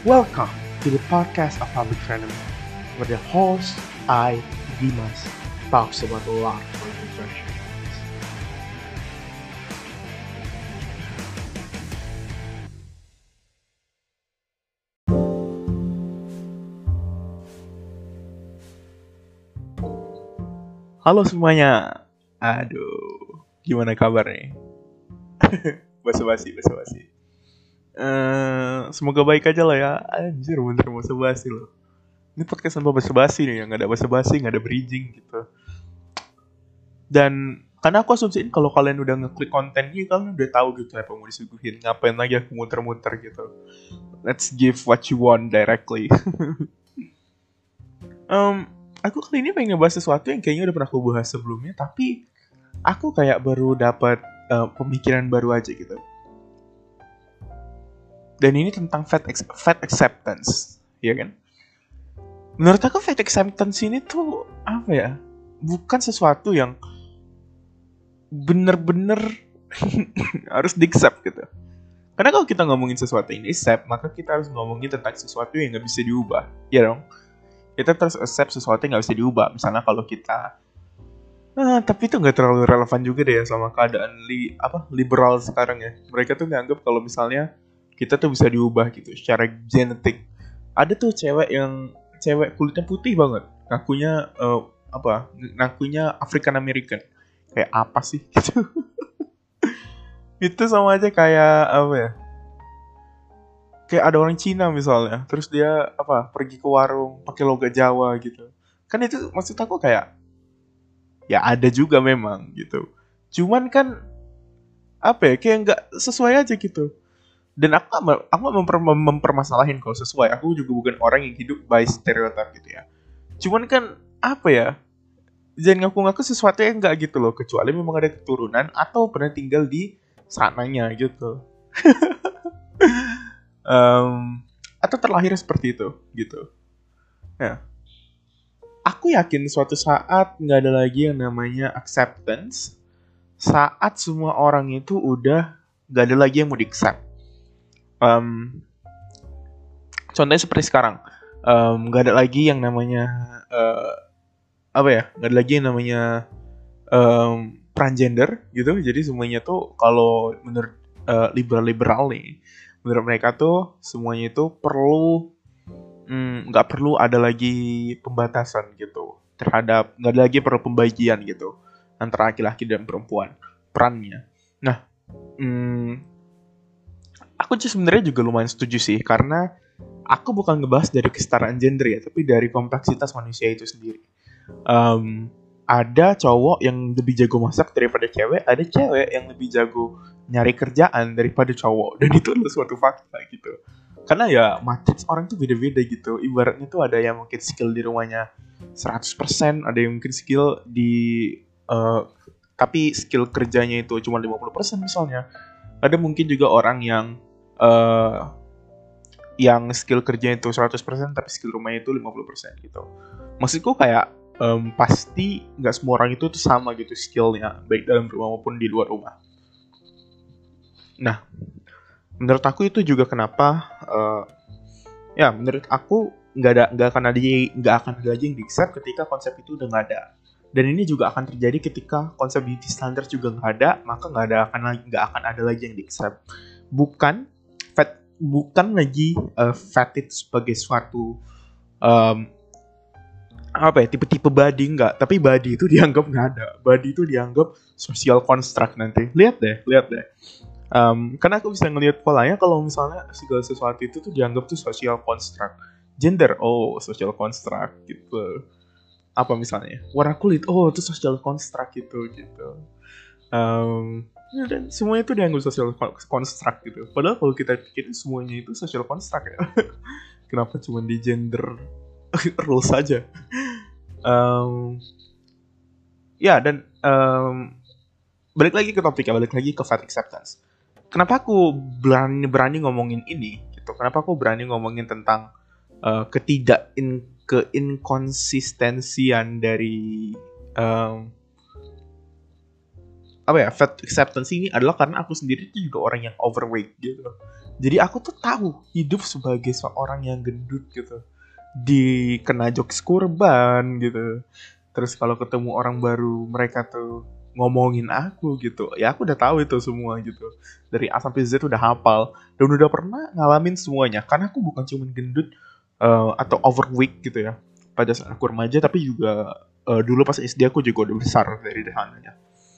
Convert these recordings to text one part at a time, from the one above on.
Welcome to the podcast of Public Frenemy, where the host, I, Dimas, talks about a lot of public friendship. Halo semuanya. Aduh, gimana kabar nih? Basa-basi. Semoga baik aja lah ya. Anjir, bener basa-basi loh. Ini podcast tanpa basa-basi nih, nggak ada basa-basi, nggak ada bridging gitu. Dan karena aku asumsiin kalau kalian udah ngeklik konten ini, kalian udah tahu gitu apa mau disuguhin. Ngapain lagi aku muter-muter gitu. Let's give what you want directly. Aku kali ini pengen ngebahas sesuatu yang kayaknya udah pernah aku bahas sebelumnya, tapi aku kayak baru dapat pemikiran baru aja gitu. Dan ini tentang fat acceptance, ya kan? Menurut aku fat acceptance ini tuh apa ya? Bukan sesuatu yang bener-bener harus di-accept gitu. Karena kalau kita ngomongin sesuatu yang di-accept, maka kita harus ngomongin tentang sesuatu yang gak bisa diubah, ya dong? Kita terus accept sesuatu yang gak bisa diubah. Misalnya kalau kita tapi itu gak terlalu relevan juga deh ya sama keadaan liberal sekarang ya. Mereka tuh nganggap kalau misalnya kita tuh bisa diubah gitu secara genetik. Ada tuh cewek kulitnya putih banget, ngakunya African American. Kayak apa sih gitu. Itu sama aja kayak apa ya, kayak ada orang Cina misalnya, terus dia pergi ke warung pakai logat Jawa gitu. Kan itu maksud aku kayak ya ada juga memang gitu. Cuman kan kayak nggak sesuai aja gitu. Dan aku mempermasalahin kalau sesuai. Aku juga bukan orang yang hidup by stereotype gitu ya. Cuman kan jangan ngaku-ngaku sesuatu yang nggak gitu loh, kecuali memang ada keturunan atau pernah tinggal di sananya gitu. Atau terlahir seperti itu gitu. Ya. Aku yakin suatu saat nggak ada lagi yang namanya acceptance. Saat semua orang itu udah nggak ada lagi yang mau di-accept. Contohnya seperti sekarang, nggak ada lagi yang namanya nggak ada lagi yang namanya transgender gitu. Jadi semuanya tuh kalau menurut liberal nih, menurut mereka tuh semuanya itu nggak perlu ada lagi pembatasan gitu terhadap, nggak ada lagi perlu pembagian gitu antara laki-laki dan perempuan perannya. Nah, aku sebenarnya juga lumayan setuju sih, karena aku bukan ngebahas dari kesetaraan gender ya, tapi dari kompleksitas manusia itu sendiri. Ada cowok yang lebih jago masak daripada cewek, ada cewek yang lebih jago nyari kerjaan daripada cowok, dan itu adalah suatu fakta gitu. Karena ya matriks orang tuh beda-beda gitu. Ibaratnya tuh ada yang mungkin skill di rumahnya 100%, ada yang mungkin skill tapi skill kerjanya itu cuma 50% misalnya. Ada mungkin juga orang yang skill kerjanya itu 100% tapi skill rumahnya itu 50% gitu. Maksudku kayak pasti nggak semua orang itu tuh sama gitu skillnya, baik dalam rumah maupun di luar rumah. Nah, menurut aku itu juga kenapa menurut aku nggak akan ada lagi yang di-accept ketika konsep itu udah nggak ada. Dan ini juga akan terjadi ketika konsep beauty standard juga nggak ada, maka nggak akan ada lagi yang di-accept. Bukan lagi fat itu sebagai suatu tipe-tipe body, enggak, tapi body itu dianggap nggak ada. Body itu dianggap social construct nanti. Lihat deh. Karena aku bisa ngelihat polanya kalau misalnya segala sesuatu itu tuh dianggap tuh social construct. Gender, social construct gitu. Apa misalnya? Warna kulit, itu social construct gitu. Dan semuanya itu dianggap social construct gitu. Padahal kalau kita pikir semuanya itu social construct ya. Kenapa cuma di gender rules saja? Balik lagi ke topik ya, balik lagi ke fat acceptance. Kenapa aku berani ngomongin ini gitu? Kenapa aku berani ngomongin tentang keinkonsistensian dari fat acceptance ini adalah karena aku sendiri itu juga orang yang overweight gitu. Jadi aku tuh tahu hidup sebagai seorang yang gendut gitu, dikena jokes kurban gitu. Terus kalau ketemu orang baru mereka tuh ngomongin aku gitu, ya aku udah tahu itu semua gitu, dari A sampai Z udah hafal dan udah pernah ngalamin semuanya. Karena aku bukan cuma gendut atau overweight gitu ya pada saat aku remaja, tapi juga dulu pas SD aku juga udah besar dari sananya.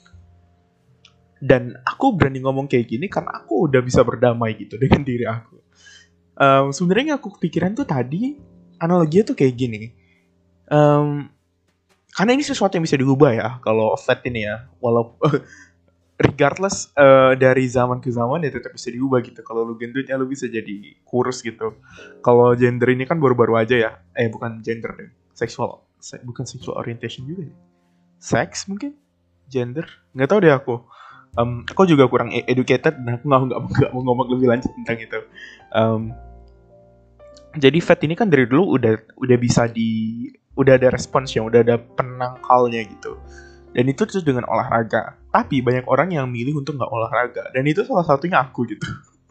Dan aku berani ngomong kayak gini karena aku udah bisa berdamai gitu dengan diri aku. Sebenarnya yang aku kepikiran tuh tadi analoginya tuh kayak gini. Um, karena ini sesuatu yang bisa diubah ya kalau fat ini ya, walaupun regardless dari zaman ke zaman ya tetap bisa diubah gitu. Kalau lu gendut ya lu bisa jadi kurus gitu. Kalau gender ini kan baru-baru aja ya, bukan gender deh, bukan sexual orientation juga ya, seks mungkin, gender nggak tahu deh aku. Aku juga kurang educated dan aku nggak mau ngomong lebih lanjut tentang itu. Jadi fat ini kan dari dulu udah bisa udah ada responsnya, udah ada penangkalnya gitu. Dan itu terus dengan olahraga. Tapi banyak orang yang milih untuk nggak olahraga. Dan itu salah satunya aku gitu.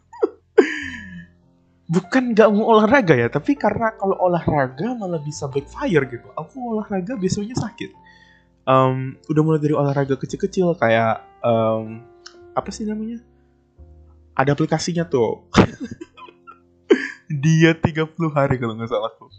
Bukan nggak mau olahraga ya, tapi karena kalau olahraga malah bisa backfire gitu. Aku olahraga biasanya sakit. Udah mulai dari olahraga kecil-kecil kayak apa sih namanya? Ada aplikasinya tuh. Dia 30 hari kalau nggak salah aku.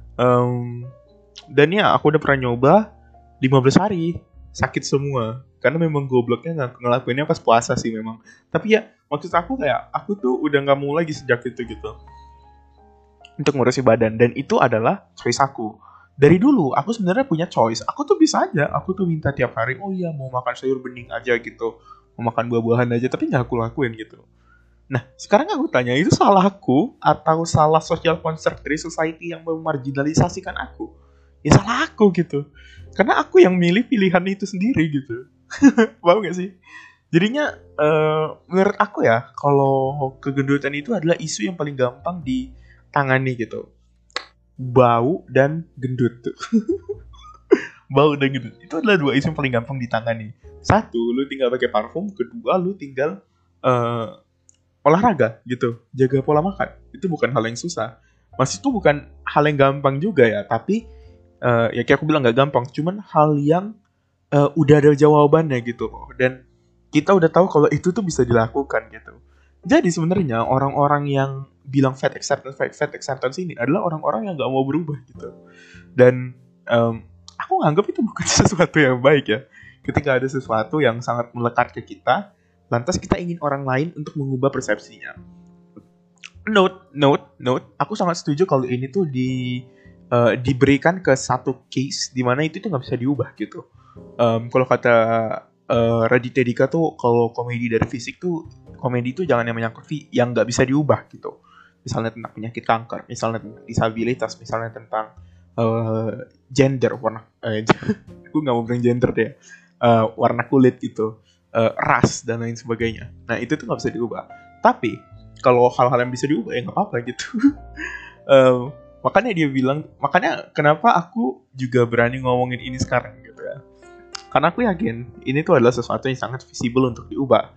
Dan ya aku udah pernah nyoba 15 hari. Sakit semua. Karena memang gobloknya ngelakuinnya pas puasa sih memang. Tapi ya maksud aku kayak aku tuh udah gak mau lagi sejak itu gitu. Untuk ngurusin badan. Dan itu adalah choice aku. Dari dulu aku sebenarnya punya choice. Aku tuh bisa aja. Aku tuh minta tiap hari. Oh iya mau makan sayur bening aja gitu. Mau makan buah-buahan aja. Tapi gak aku lakuin gitu. Nah, sekarang aku tanya, itu salahku atau salah social construct dari society yang memarginalisasikan aku? Ya salah aku gitu. Karena aku yang milih pilihan itu sendiri gitu. Paham gak sih? Jadinya, menurut aku ya, kalau kegendutan itu adalah isu yang paling gampang ditangani gitu. Bau dan gendut tuh. Bau dan gendut. Itu adalah dua isu yang paling gampang ditangani. Satu, lu tinggal pakai parfum. Kedua, lu tinggal olahraga gitu, jaga pola makan. Itu bukan hal yang susah. Masih itu bukan hal yang gampang juga ya, tapi ya kayak aku bilang nggak gampang, cuman hal yang udah ada jawabannya gitu. Dan kita udah tahu kalau itu tuh bisa dilakukan gitu. Jadi sebenarnya orang-orang yang bilang fat acceptance ini adalah orang-orang yang nggak mau berubah gitu. Dan aku nganggap itu bukan sesuatu yang baik ya. Ketika ada sesuatu yang sangat melekat ke kita, lantas kita ingin orang lain untuk mengubah persepsinya. Note. Aku sangat setuju kalau ini tuh diberikan ke satu case di mana itu tuh nggak bisa diubah gitu. Kalau kata Raditya Dika tuh, kalau komedi dari fisik tuh, komedi tuh jangan yang menyangkut yang nggak bisa diubah gitu. Misalnya tentang penyakit kanker, misalnya tentang disabilitas, misalnya tentang gender, warna. Aku nggak mau bilang gender deh. Warna kulit gitu. Ras dan lain sebagainya. Nah itu tuh nggak bisa diubah. Tapi kalau hal-hal yang bisa diubah ya nggak apa-apa gitu. Makanya dia bilang, makanya kenapa aku juga berani ngomongin ini sekarang gitu ya. Karena aku yakin ini tuh adalah sesuatu yang sangat visible untuk diubah.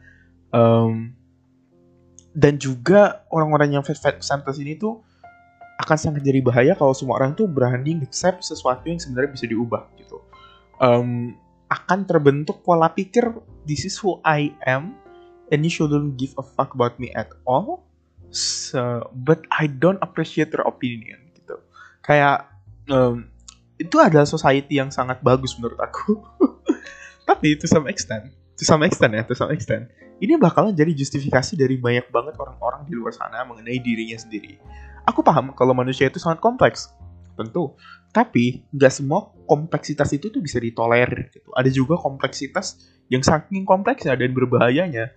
Dan juga orang-orang yang fat acceptance ini tuh akan sangat jadi bahaya kalau semua orang tuh berani accept sesuatu yang sebenarnya bisa diubah gitu. Akan terbentuk pola pikir, this is who I am and you shouldn't give a fuck about me at all, but I don't appreciate your opinion gitu. Kayak itu adalah society yang sangat bagus menurut aku. Tapi to some extent ini bakalan jadi justifikasi dari banyak banget orang-orang di luar sana mengenai dirinya sendiri. Aku paham kalau manusia itu sangat kompleks, tentu. Tapi nggak semua kompleksitas itu tuh bisa ditolerir gitu. Ada juga kompleksitas yang saking kompleksnya dan berbahayanya.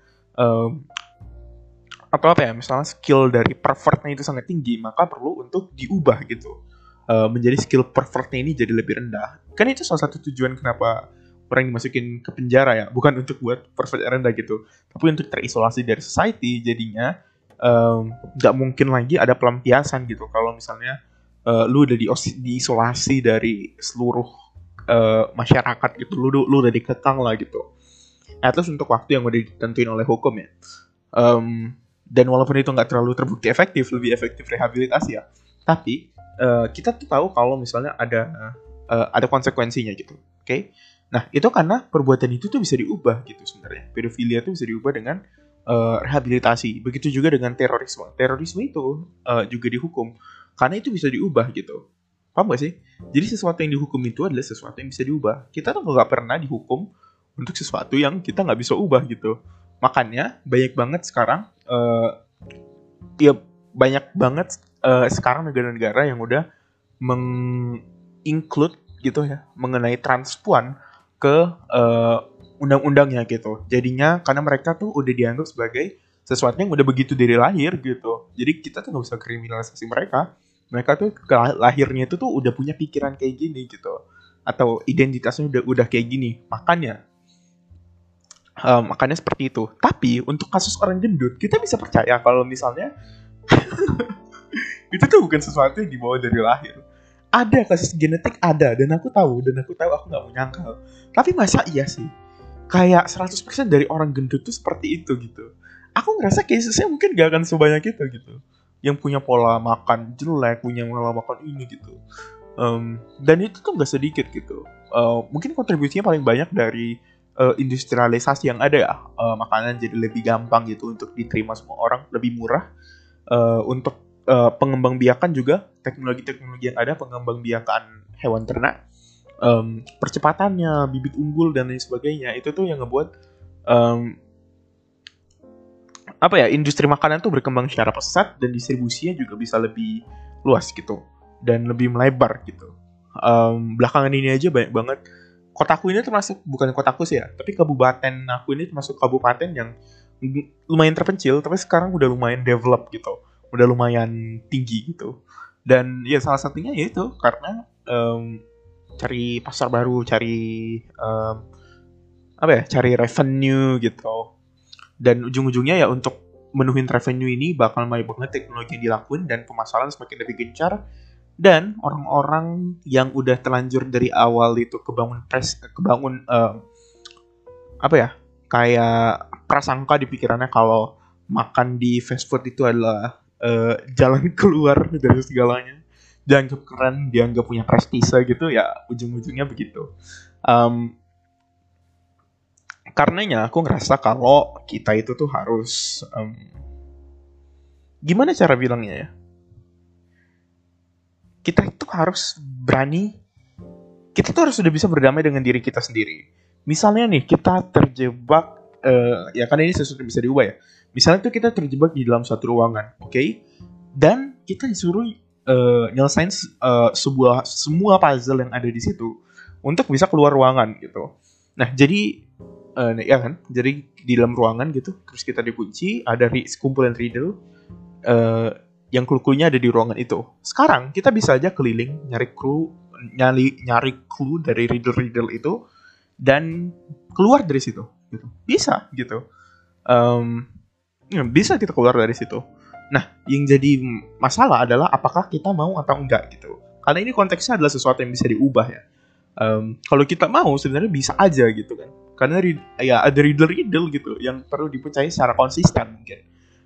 Atau apa ya, misalnya skill dari pervertnya itu sangat tinggi, maka perlu untuk diubah gitu. Menjadi skill pervertnya ini jadi lebih rendah. Kan itu salah satu tujuan kenapa orang dimasukin ke penjara ya. Bukan untuk buat pervert rendah gitu, tapi untuk terisolasi dari society. Jadinya nggak mungkin lagi ada pelampiasan gitu. Kalau misalnya lu udah diisolasi dari seluruh masyarakat gitu, lu udah dikekang lah gitu. Terus untuk waktu yang udah ditentuin oleh hukum ya. Dan walaupun itu nggak terlalu terbukti efektif, lebih efektif rehabilitasi ya. Tapi kita tuh tahu kalau misalnya ada konsekuensinya gitu. Oke? Nah, itu karena perbuatan itu tuh bisa diubah gitu sebenarnya. Pedofilia tuh bisa diubah dengan rehabilitasi. Begitu juga dengan terorisme. Terorisme itu juga dihukum karena itu bisa diubah gitu. Paham gak sih? Jadi sesuatu yang dihukum itu adalah sesuatu yang bisa diubah. Kita tuh nggak pernah dihukum untuk sesuatu yang kita nggak bisa ubah gitu. Makanya banyak banget sekarang, ya banyak banget sekarang negara-negara yang udah meng-include gitu ya mengenai transpuan ke undang-undangnya gitu. Jadinya karena mereka tuh udah dianggap sebagai sesuatu yang udah begitu dari lahir gitu. Jadi kita tuh nggak bisa kriminalisasi mereka. Mereka tuh lahirnya itu tuh udah punya pikiran kayak gini gitu, atau identitasnya udah kayak gini. Makanya seperti itu. Tapi untuk kasus orang gendut, kita bisa percaya kalau misalnya itu tuh bukan sesuatu yang dibawa dari lahir. Ada kasus genetik, ada, dan aku tahu aku nggak mau nyangkal. Tapi masa iya sih kayak 100% dari orang gendut tuh seperti itu gitu. Aku ngerasa casesnya mungkin gak akan sebanyak itu gitu. Yang punya pola makan jelek, punya pola makan ini gitu. Dan itu tuh gak sedikit gitu. Mungkin kontribusinya paling banyak dari industrialisasi yang ada ya. Makanan jadi lebih gampang gitu untuk diterima semua orang, lebih murah. Untuk pengembangbiakan juga, teknologi-teknologi yang ada, pengembangbiakan hewan ternak, percepatannya, bibit unggul dan lain sebagainya, itu tuh yang ngebuat industri makanan tuh berkembang secara pesat dan distribusinya juga bisa lebih luas gitu dan lebih melebar gitu. Belakangan ini aja banyak banget. Kotaku ini termasuk, bukan kotaku sih ya, tapi kabupaten aku ini termasuk kabupaten yang lumayan terpencil, tapi sekarang udah lumayan develop gitu, udah lumayan tinggi gitu. Dan ya salah satunya yaitu karena cari pasar baru, cari revenue gitu. Dan ujung-ujungnya ya untuk menuhin revenue ini bakal banyak banget teknologi yang dilakuin dan pemasaran semakin lebih gencar. Dan orang-orang yang udah terlanjur dari awal itu kayak prasangka di pikirannya kalau makan di fast food itu adalah jalan keluar dari segalanya, dianggap keren, dianggap punya prestise gitu ya, ujung-ujungnya begitu. Karenanya aku ngerasa kalau kita itu tuh harus gimana cara bilangnya ya, kita itu harus berani, kita tuh harus sudah bisa berdamai dengan diri kita sendiri. Misalnya nih kita terjebak, ya kan ini sesuatu yang bisa diubah ya. Misalnya tuh kita terjebak di dalam satu ruangan, oke? Dan kita disuruh nyelesain semua puzzle yang ada di situ untuk bisa keluar ruangan gitu. Nah jadi ya kan, jadi di dalam ruangan gitu, terus kita dikunci, ada kumpulan riddle yang clue-nya ada di ruangan itu. Sekarang kita bisa aja keliling nyari clue dari riddle itu dan keluar dari situ gitu. Bisa gitu. Bisa kita keluar dari situ. Nah, yang jadi masalah adalah apakah kita mau atau enggak gitu. Karena ini konteksnya adalah sesuatu yang bisa diubah ya. Kalau kita mau sebenarnya bisa aja gitu kan. Karena ya ada riddle gitu yang perlu dipercaya secara konsisten mungkin.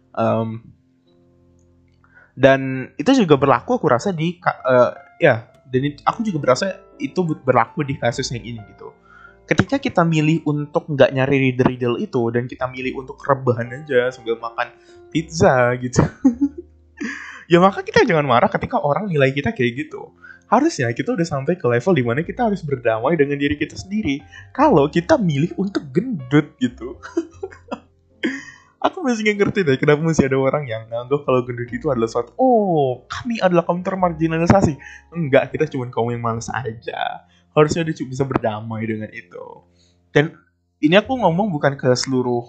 Dan itu juga berlaku aku rasa aku juga berasa itu berlaku di kasus yang ini gitu. Ketika kita milih untuk nggak nyari riddle itu dan kita milih untuk rebahan aja sambil makan pizza gitu, ya maka kita jangan marah ketika orang nilai kita kayak gitu. Harusnya kita udah sampai ke level dimana kita harus berdamai dengan diri kita sendiri. Kalau kita milih untuk gendut gitu. Aku masih gak ngerti deh kenapa masih ada orang yang nganggap kalau gendut itu adalah suatu, kami adalah kaum termarginalisasi. Enggak, kita cuma kaum yang malas aja. Harusnya dia bisa berdamai dengan itu. Dan ini aku ngomong bukan ke seluruh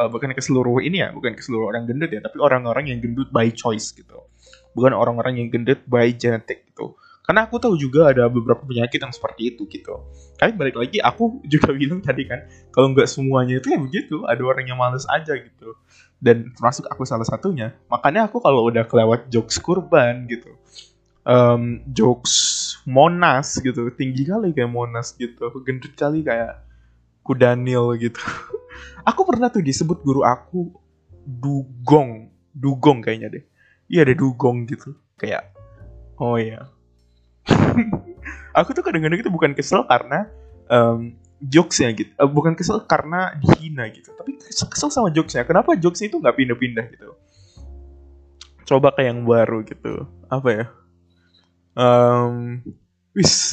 orang gendut ya, tapi orang-orang yang gendut by choice gitu. Bukan orang-orang yang gendut by genetik gitu. Karena aku tahu juga ada beberapa penyakit yang seperti itu gitu. Tapi balik lagi aku juga bilang tadi kan, kalau nggak semuanya itu ya begitu, ada orang yang males aja gitu. Dan termasuk aku salah satunya. Makanya aku kalau udah kelewat jokes kurban gitu, jokes Monas gitu, tinggi kali kayak Monas gitu, gendut kali kayak Kudanil gitu. Aku pernah tuh disebut guru aku dugong. dugong kayaknya deh. Iya ada dugong gitu. Kayak oh ya. Aku tuh kadang-kadang itu bukan kesel karena jokesnya gitu. Bukan kesel karena dihina gitu. Tapi kesel sama jokesnya. Kenapa jokesnya itu nggak pindah-pindah gitu? Coba kayak yang baru gitu. Apa ya? Wis.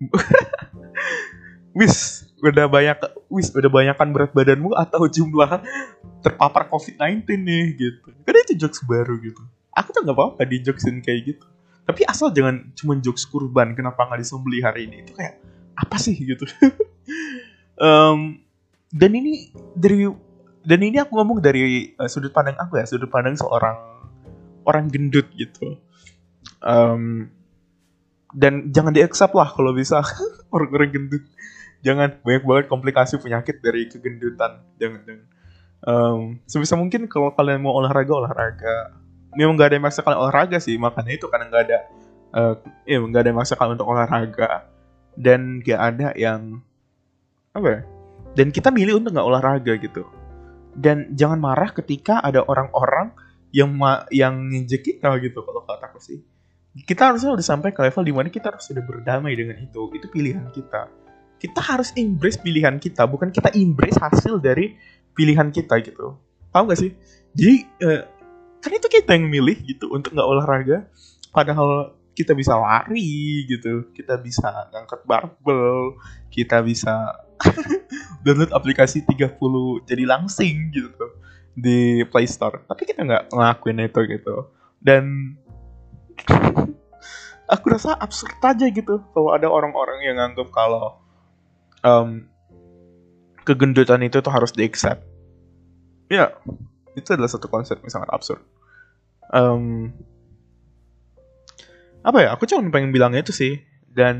Udah banyakan berat badanmu atau jumlah terpapar COVID-19 nih gitu. Karena itu jokes baru gitu. Aku tuh nggak apa-apa di jokesin kayak gitu. Tapi asal jangan cuma jokes kurban. Kenapa nggak disembelih hari ini? Itu kayak apa sih gitu. Dan ini aku ngomong dari sudut pandang aku ya, sudut pandang seorang orang gendut gitu. Dan jangan di-accept lah kalau bisa orang-orang gendut. Jangan banyak banget komplikasi penyakit dari kegendutan. Jangan. Sebisa mungkin kalau kalian mau olahraga. Memang nggak ada yang maksa kalian olahraga sih, makanya itu karena nggak ada nggak ada yang maksa kalian untuk olahraga dan nggak ada yang apa ya? Dan kita milih untuk nggak olahraga gitu. Dan jangan marah ketika ada orang-orang yang ngejek kita gitu kalau kataku sih. Kita harusnya udah sampai ke level dimana kita harus sudah berdamai dengan itu. Itu pilihan kita. Kita harus embrace pilihan kita, bukan kita embrace hasil dari pilihan kita gitu. Paham gak sih? Jadi kan itu kita yang milih gitu untuk nggak olahraga. Padahal kita bisa lari gitu, kita bisa ngangkat barbel, kita bisa download aplikasi 30 jadi langsing gitu di Play Store. Tapi kita nggak ngelakuin itu gitu. Dan aku rasa absurd aja gitu kalau ada orang-orang yang nganggap kalau kegendutan itu tuh harus di-accept. Ya, itu adalah satu konsep yang sangat absurd. Apa ya? Aku cuma pengen bilangnya itu sih. Dan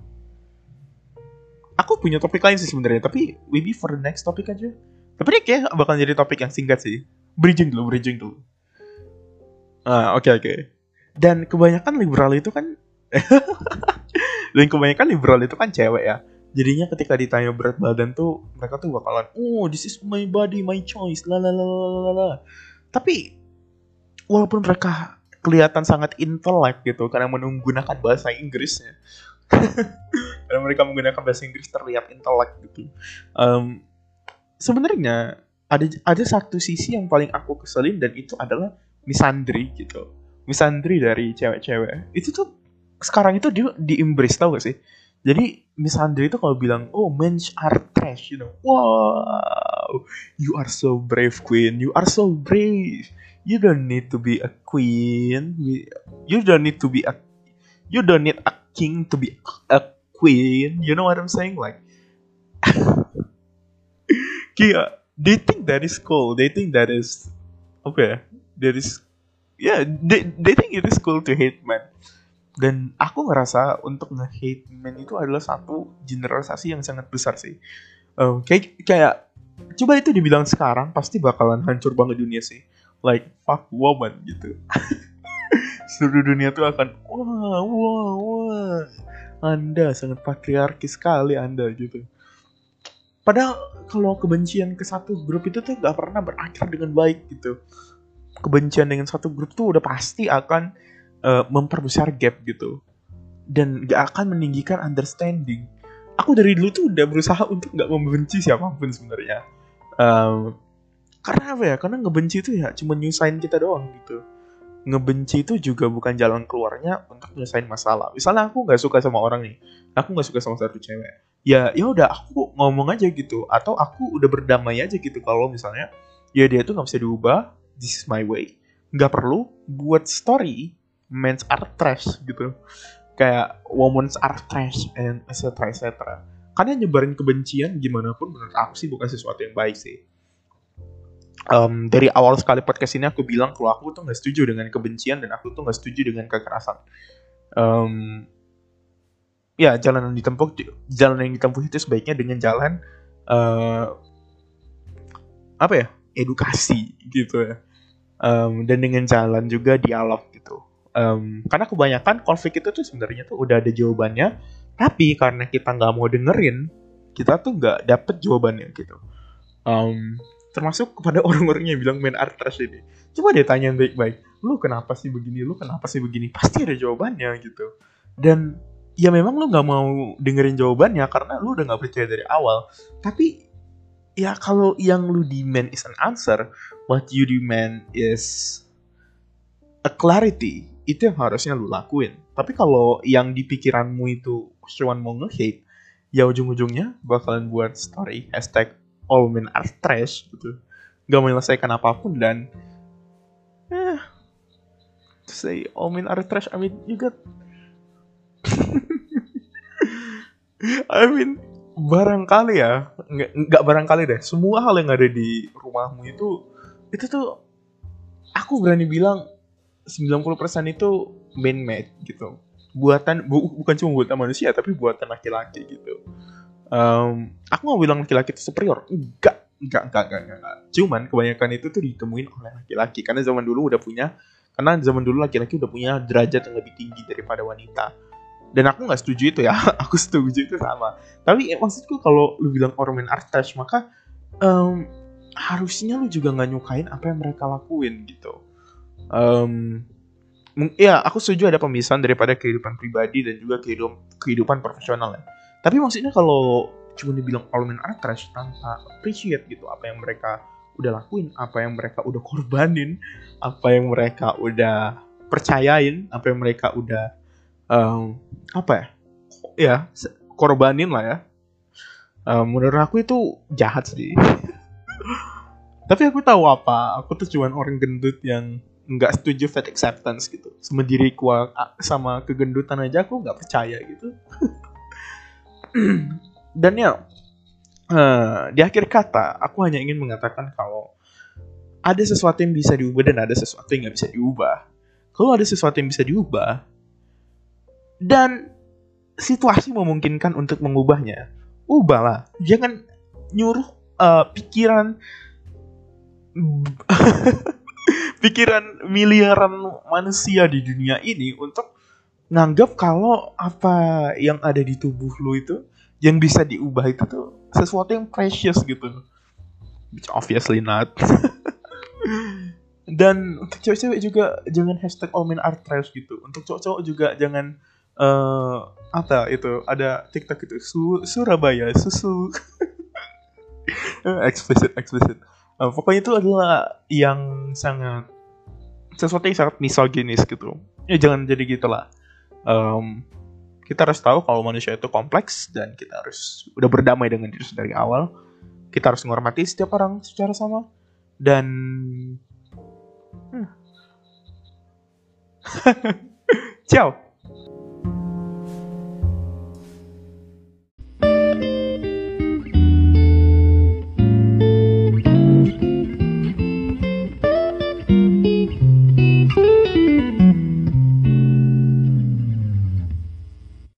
aku punya topik lain sih sebenarnya, tapi maybe for the next topic aja. Tapi ini kayak bakal jadi topik yang singkat sih. Bridging dulu. Oke. Dan kebanyakan liberal itu kan cewek ya. Jadinya ketika ditanya berat badan tuh mereka tuh bakalan, oh this is my body, my choice, lalalala. Tapi walaupun mereka kelihatan sangat intelek gitu karena menggunakan bahasa Inggrisnya, karena mereka menggunakan bahasa Inggris terlihat intelek gitu. Sebenarnya ada satu sisi yang paling aku keselin dan itu adalah misandry gitu. Misandry dari cewek-cewek itu tuh sekarang itu dia di-embrace, tau gak sih? Jadi misandry itu kalau bilang, oh men are trash, you know. Wow, you are so brave queen, you are so brave. You don't need to be a queen. You don't need a king to be a queen. You know what I'm saying? Like, yeah, they think that is cool. They think that is okay. They think it is cool to hate men. Dan aku ngerasa untuk nge-hate men itu adalah satu generalisasi yang sangat besar sih. Kayak coba itu dibilang sekarang pasti bakalan hancur banget dunia sih. Like fuck woman gitu. Seluruh dunia tuh akan wah. Anda sangat patriarki sekali Anda gitu. Padahal kalau kebencian ke satu grup itu tuh gak pernah berakhir dengan baik gitu. Kebencian dengan satu grup tuh udah pasti akan memperbesar gap gitu. Dan gak akan meninggikan understanding. Aku dari dulu tuh udah berusaha untuk gak membenci siapapun sebenarnya. Karena apa ya? Karena ngebenci itu ya cuma nyusahin kita doang gitu. Ngebenci itu juga bukan jalan keluarnya untuk nyelesain masalah. Misalnya aku nggak suka sama orang nih, aku nggak suka sama satu cewek. Ya udah aku ngomong aja gitu, atau aku udah berdamai aja gitu. Kalau misalnya ya dia tuh nggak bisa diubah, this is my way. Nggak perlu buat story men's are trash gitu, kayak women's are trash and etc. Karena nyebarin kebencian gimana pun menurut aku sih bukan sesuatu yang baik sih. Dari awal sekali podcast ini aku bilang kalau aku tuh nggak setuju dengan kebencian dan aku tuh nggak setuju dengan kekerasan. Jalan yang ditempuh itu sebaiknya dengan jalan edukasi gitu ya, dan dengan jalan juga dialog gitu. Karena kebanyakan konflik itu tuh sebenarnya tuh udah ada jawabannya, tapi karena kita nggak mau dengerin, kita tuh nggak dapet jawabannya gitu. termasuk kepada orang-orang yang bilang men are trash ini. Coba deh tanyain baik-baik, lu kenapa sih begini, lu kenapa sih begini, pasti ada jawabannya gitu. Dan ya memang lu nggak mau dengerin jawabannya karena lu udah nggak percaya dari awal. Tapi ya kalau yang lu demand is an answer, what you demand is a clarity, itu yang harusnya lu lakuin. Tapi kalau yang di pikiranmu itu cuma mau nge-hate, ya ujung-ujungnya bakalan buat story hashtag all men are trash gitu, gak menyelesaikan apapun. Dan to say all men are trash, I mean you got I mean barangkali ya, nggak barangkali deh, semua hal yang ada di rumahmu itu tuh aku berani bilang 90% itu man-made gitu. Bukan cuma buatan manusia, tapi buatan laki-laki gitu. Aku nggak bilang laki-laki itu superior, enggak. Cuman kebanyakan itu tuh ditemuin oleh laki-laki karena zaman dulu laki-laki udah punya derajat yang lebih tinggi daripada wanita. Dan aku nggak setuju itu ya, aku setuju itu sama. Tapi maksudku kalau lu bilang orang men are trash, maka harusnya lu juga nggak nyukain apa yang mereka lakuin gitu. Ya aku setuju ada pemisahan daripada kehidupan pribadi dan juga kehidupan profesional ya. Tapi maksudnya kalau cuma dibilang all men are trash tanpa appreciate gitu apa yang mereka udah lakuin, apa yang mereka udah korbanin, apa yang mereka udah percayain, apa yang mereka udah korbanin lah ya. Menurut aku itu jahat sih. Tapi aku tahu aku tuh cuman orang gendut yang nggak setuju fat acceptance gitu. Sama diriku sama kegendutan aja aku nggak percaya gitu. Dan ya di akhir kata aku hanya ingin mengatakan kalau ada sesuatu yang bisa diubah dan ada sesuatu yang nggak bisa diubah. Kalau ada sesuatu yang bisa diubah dan situasi memungkinkan untuk mengubahnya, ubahlah. Jangan nyuruh pikiran miliaran manusia di dunia ini untuk nganggap kalau apa yang ada di tubuh lu itu yang bisa diubah itu tuh sesuatu yang precious gitu. Which obviously not. Dan untuk cewek-cewek juga jangan hashtag all men are trash gitu. Untuk cowok-cowok juga jangan itu ada TikTok itu Surabaya susu. explicit. Pokoknya itu adalah yang sesuatu yang sangat misoginis gitu. Ya jangan jadi gitulah. Kita harus tahu kalau manusia itu kompleks dan kita harus udah berdamai dengan diri dari awal. Kita harus menghormati setiap orang secara sama dan ciao.